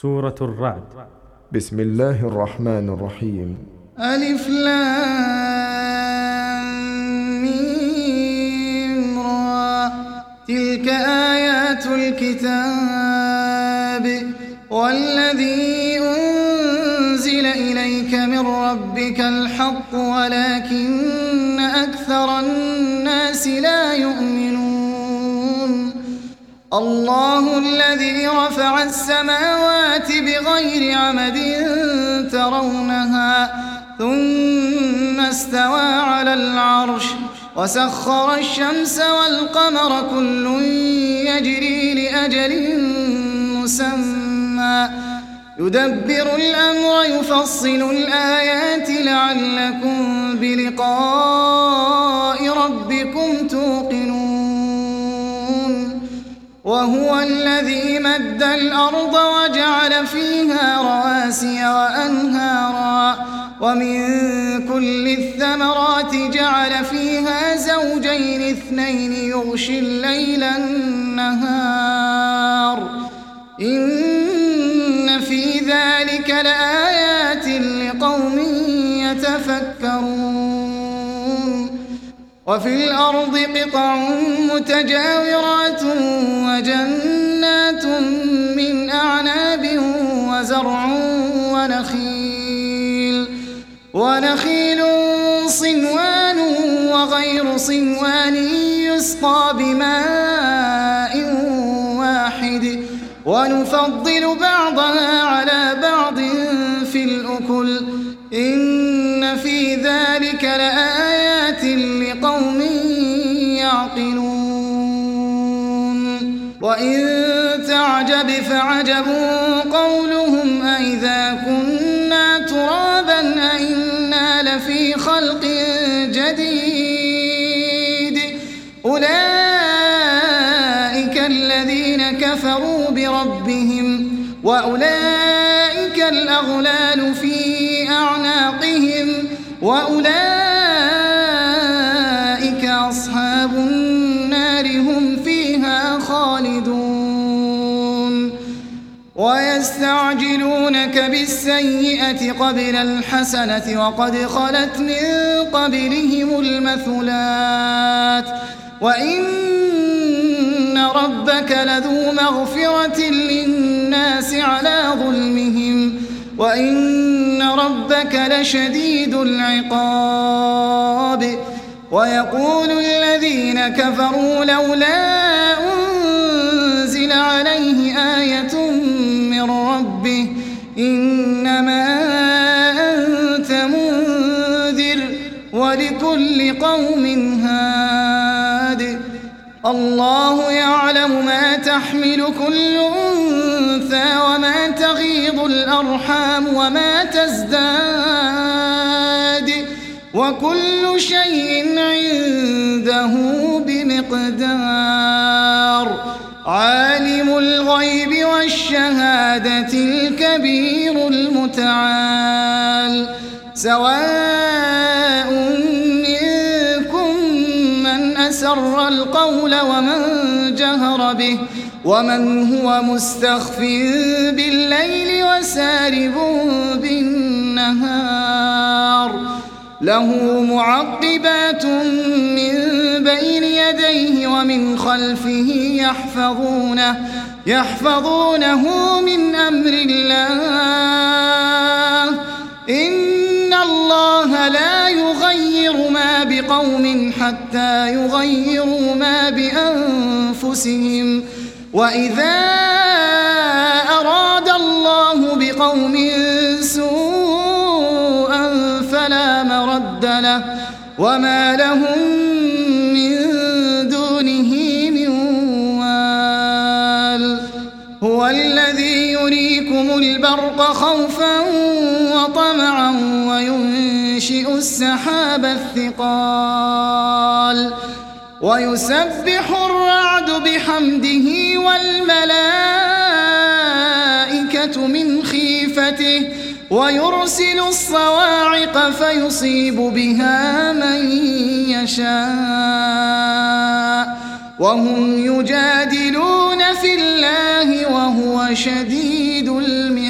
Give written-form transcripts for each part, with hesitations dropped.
سورة الرعد. بسم الله الرحمن الرحيم. ألف لام ميم را، تلك آيات الكتاب والذي أنزل إليك من ربك الحق ولكن أكثر الناس لا يؤمنون. الله الذي رفع السماوات بغير عمد ترونها ثم استوى على العرش وسخر الشمس والقمر كل يجري لأجل مسمى يدبر الأمر يفصل الآيات لعلكم بلقاء ربكم توقنون. وهو الذي مد الأرض وجعل فيها رواسي وأنهارا ومن كل الثمرات جعل فيها زوجين اثنين يغشي الليل النهار إن في ذلك لآيات لقوم يتفكرون. وفي الأرض قطع متجاورات وجنات من أعناب وزرع ونخيل صنوان وغير صنوان يسقى بماء واحد ونفضل بعضها على بعض في الأكل إن في ذلك لآيات لقوم يعقلون. وإن تعجب فعجب قولهم أإذا كنا ترابا أإنا لفي خلق جديد أولئك الذين كفروا بربهم وأولئك الأغلال في أعناقهم وأولئك أصحاب النار هم فيها خالدون. ويستعجلونك بالسيئة قبل الحسنة وقد خلت من قبلهم المثلات وإن ربك لذو مغفرة للناس على ظلمهم وإن ربك لشديد العقاب. ويقول الذين كفروا لولا أنزل عليه آية من ربه إنما أنت منذر ولكل قوم هاد. الله يعلم ما تحمل كل أنثى وما تغيض الأرحام وما تزداد وكل شيء عنده بمقدار. عالم الغيب والشهادة الكبير المتعال. سواء منكم من أسر القول ومن جهر به ومن هو مستخف بالليل وسارب بالنهار له معقبات من بين يديه ومن خلفه يحفظونه من أمر الله إن الله لا يغير ما بقوم حتى يغيروا ما بأنفسهم وإذا أراد الله بقوم سوءا فلا مرد له وما لهم من دونه من وال. هو الذي يريكم البرق خوفا وطمعا وينشئ السحاب الثقال ويسبح الرعد بحمده والملائكة من خيفته ويرسل الصواعق فيصيب بها من يشاء وهم يجادلون في الله وهو شديد المحال.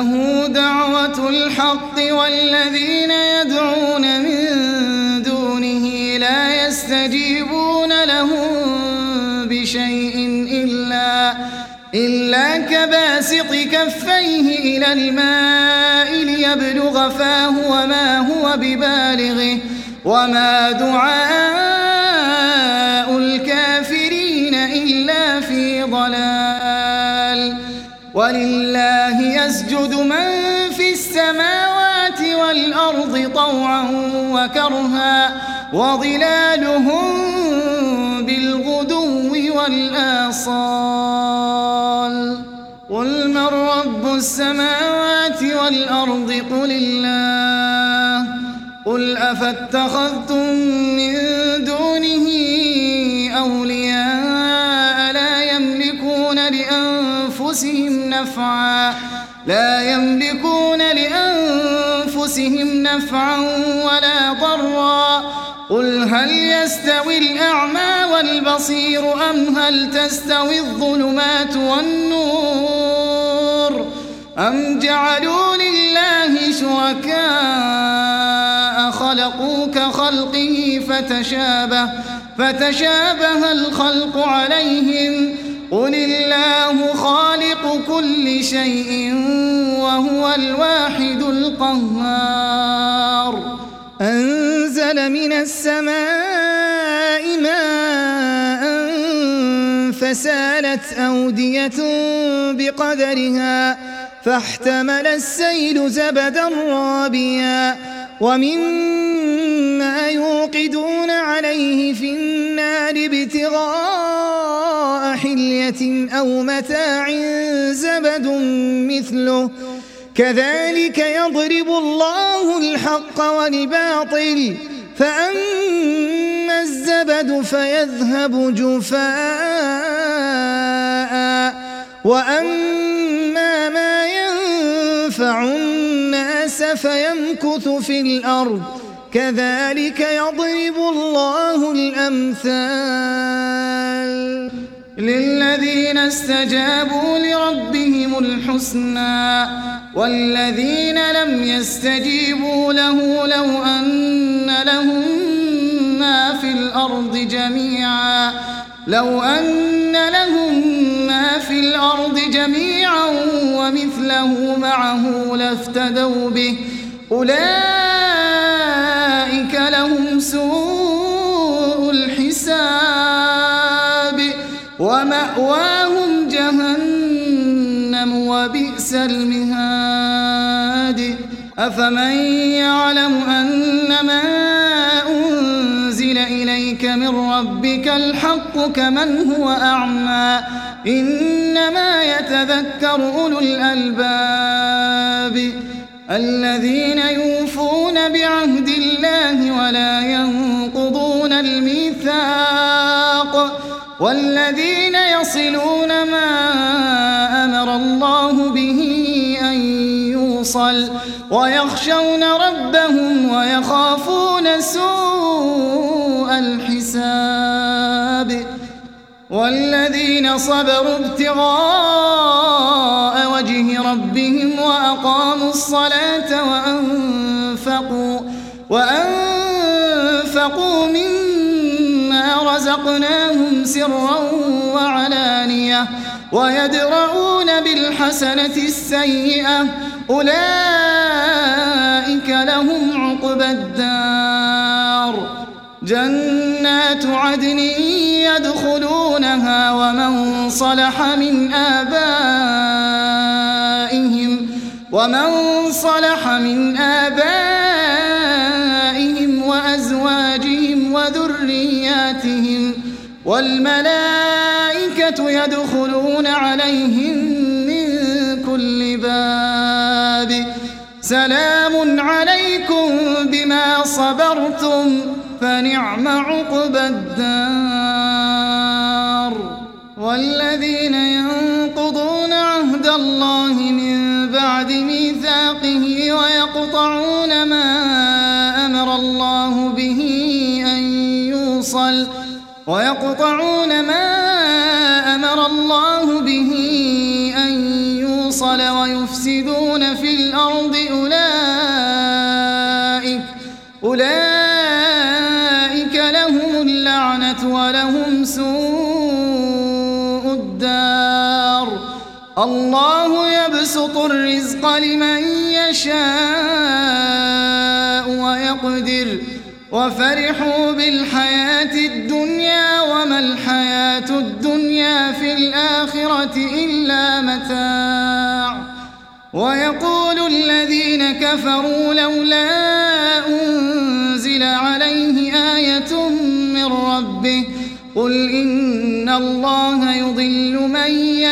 له دعوة الحق والذين يدعون من دونه لا يستجيبون لهم بشيء إلا كباسط كفيه إلى الماء ليبلغ فاه وما هو ببالغه وما دعاء الكافرين إلا في ضلال. ولله يسجد من في السماوات والأرض طوعا وكرها وظلالهم بالغدو والآصال. قل من رب السماوات والأرض قل الله. قل أفاتخذتم من دونه أولياء لا يملكون لأنفسهم نفعا ولا ضرا. قل هل يستوي الأعمى والبصير أم هل تستوي الظلمات والنور أم جعلوا لله شركاء خلقوا كخلقه فتشابه الخلق عليهم. قل الله خالق كل شيء وهو الواحد القهار. أنزل من السماء ماء فسالت أودية بقدرها فاحتمل السيل زبدا رابيا ومما يوقدون عليه في النار ابتغاء حلية أو متاع زبد مثله كذلك يضرب الله الحق والباطل فأما الزبد فيذهب جفاء وأما ما ينفع الناس فيمكث في الأرض كذلك يضرب الله الأمثال. للذين استجابوا لربهم الحسنى والذين لم يستجيبوا له لو أن لهم ما في الأرض جميعا ومثله معه لافتدوا به أولئك لهم سوء الحساب ومأواهم جهنم وبئس المهاد. أفمن يعلم أنما أنزل إليك من ربك الحق كمن هو أعمى إنما يتذكر أولو الألباب الذين يوفون بعهد الله ولا ينقضون الميثاق والذين يصلون ما أمر الله به أن يوصل ويخشون ربهم ويخافون سوء الحساب. والذين صبروا ابتغاء وجه ربهم وأقاموا الصلاة وأنفقوا مما رزقناهم سرا وعلانية ويدرؤون بالحسنة السيئة أولئك لهم عقبى الدار. جنات عدن يدخلونها ومن صلح من آبائهم وأزواجهم وذرياتهم والملائكة يدخلون عليهم من كل باب سلام عليكم بما صبرتم فنعم عقبى الدار. والذين ينقضون عهد الله من بعد ميثاقه ويقطعون ما أمر الله به الْمُرْسَلَ وَيُفْسِدُونَ فِي الْأَرْضِ أُولَئِكَ لَهُمُ اللَّعْنَةُ وَلَهُمْ سُوءُ الدَّارِ الله يبسط الرزق لمن يشاء ويقدر وفرحوا بالحياة الدنيا وما الحياة الدنيا في الآخرة إلا متاع ويقول الذين كفروا لولا أنزل عليه آية من ربه قل إن الله يضل من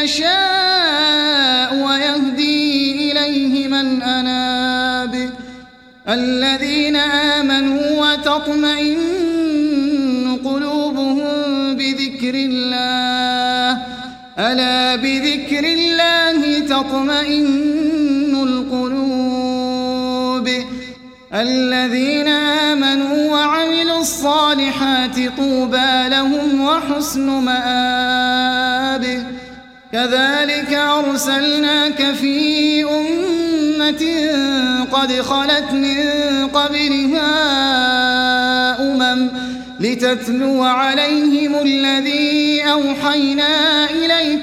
يشاء ويهدي إليه من أناب الذين آمنوا وتطمئن قلوبهم بذكر الله ألا بذكر الله تطمئن القلوب الذين آمنوا وعملوا الصالحات طوبى لهم وحسن مآب كذلك أرسلناك في أمة قد خلت من قبلها لتتلو عليهم الذي أوحينا إليك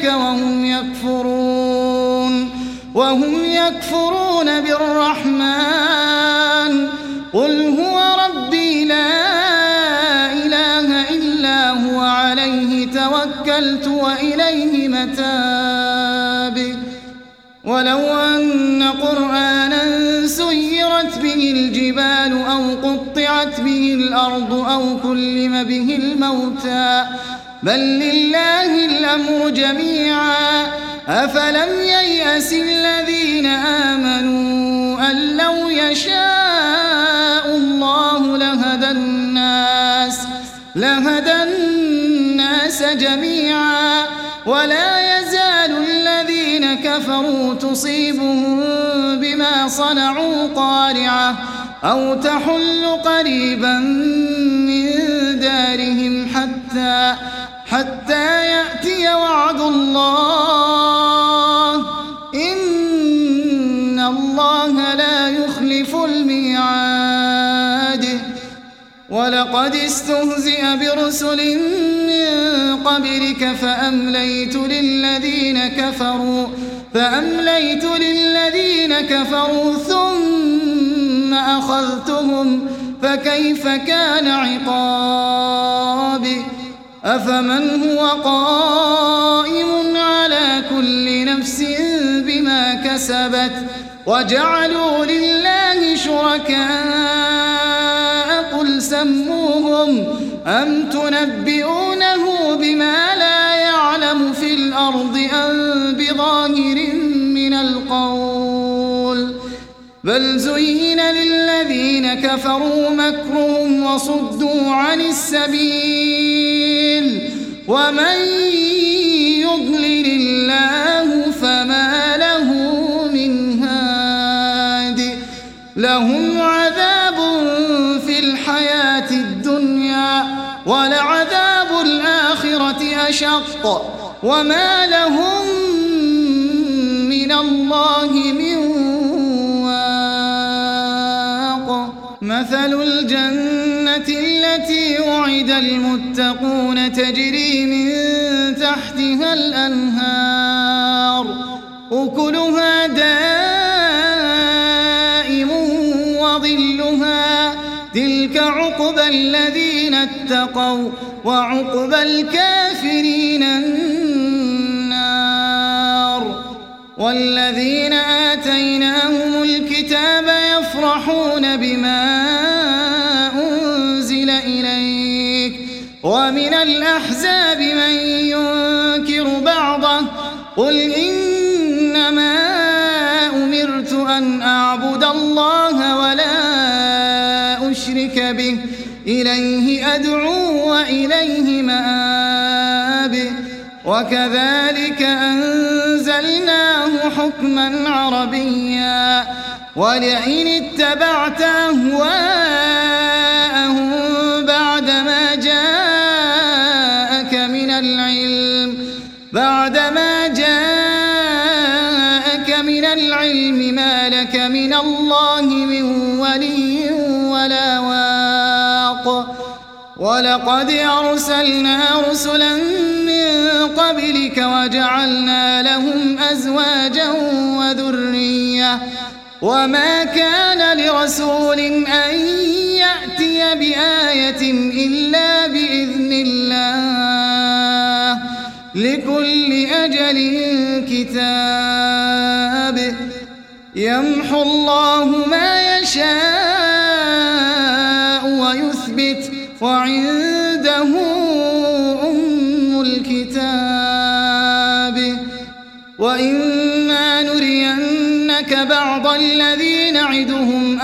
وهم يكفرون بالرحمن قل هو ربي لا إله إلا هو عليه توكلت وإليه متاب ولو أن قرآنا سيرت به الجبال أو قطعت به الأرض أو كلم به الموتى بل لله الأمر جميعا أفلم ييأس الذين آمنوا أن لو يشاء الله لهدى الناس جميعا ولا يزال الذين كفروا تصيبهم بما صنعوا قارعة أو تحل قريبا من دارهم حتى يأتي وعد الله إن الله لا يخلف الميعاد ولقد استهزئ برسل من قبلك فأمليت للذين كفروا ثم أخذتهم فكيف كان عقاب أفمن هو قائم على كل نفس بما كسبت وجعلوا لله شركاء قل سموهم أم تنبئونه بما لا يعلم في الأرض أم بظاهر من القول بل زين للذين كفروا مكرهم وصدوا عن السبيل ومن يضلل الله فما له من هاد لهم عذاب في الحياة الدنيا ولعذاب الآخرة أشق وما لهم من الله من واق مثل الجنة التي وعد المتقون تجري من تحتها الأنهار أكلها دائم وظلها تلك عقبى الذين اتقوا وعقبى الكافرين النار والذين آتيناهم الكتاب يفرحون بما أنزل إليك ومن الأحزاب من ينكر بعضه قل إنما أمرت أن أعبد الله ولا أشرك به إليه أدعو وإليه مآب وكذلك أنزلناه حكما عربيا ولئن اتبعت أهواءهم بعدما جاءك من الله من ولي ولا واق ولقد أرسلنا رسلا من قبلك وجعلنا لهم أزواجا وذرية وما كان لرسول أن يأتي بآية إلا بإذن الله لكل أجل كتاب يمحو الله ما يشاء ويثبت وعنده أم الكتاب وإما نرينك بعض الذي نعدهم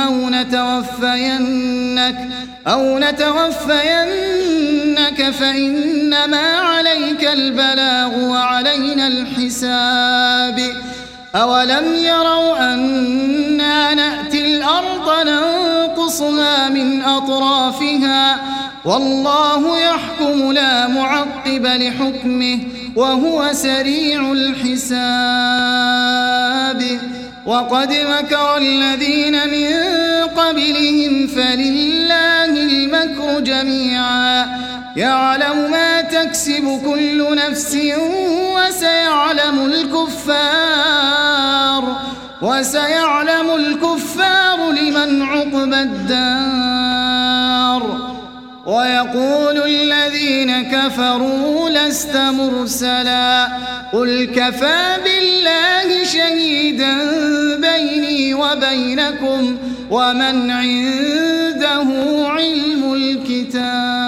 أو نتوفينك فإنما عليك البلاغ وعلينا الحساب أولم يروا أنا نأتي الأرض ننقصها من أطرافها والله يحكم لا معقب لحكمه وهو سريع الحساب وقد مكر الذين من قبلهم فلله المكر جميعا يعلم ما تكسب كل نفس وسيعلم الكفار لمن عقبى الدار ويقول الذين كفروا لست مرسلا قل كفى بالله شهيدا بيني وبينكم ومن عنده علم الكتاب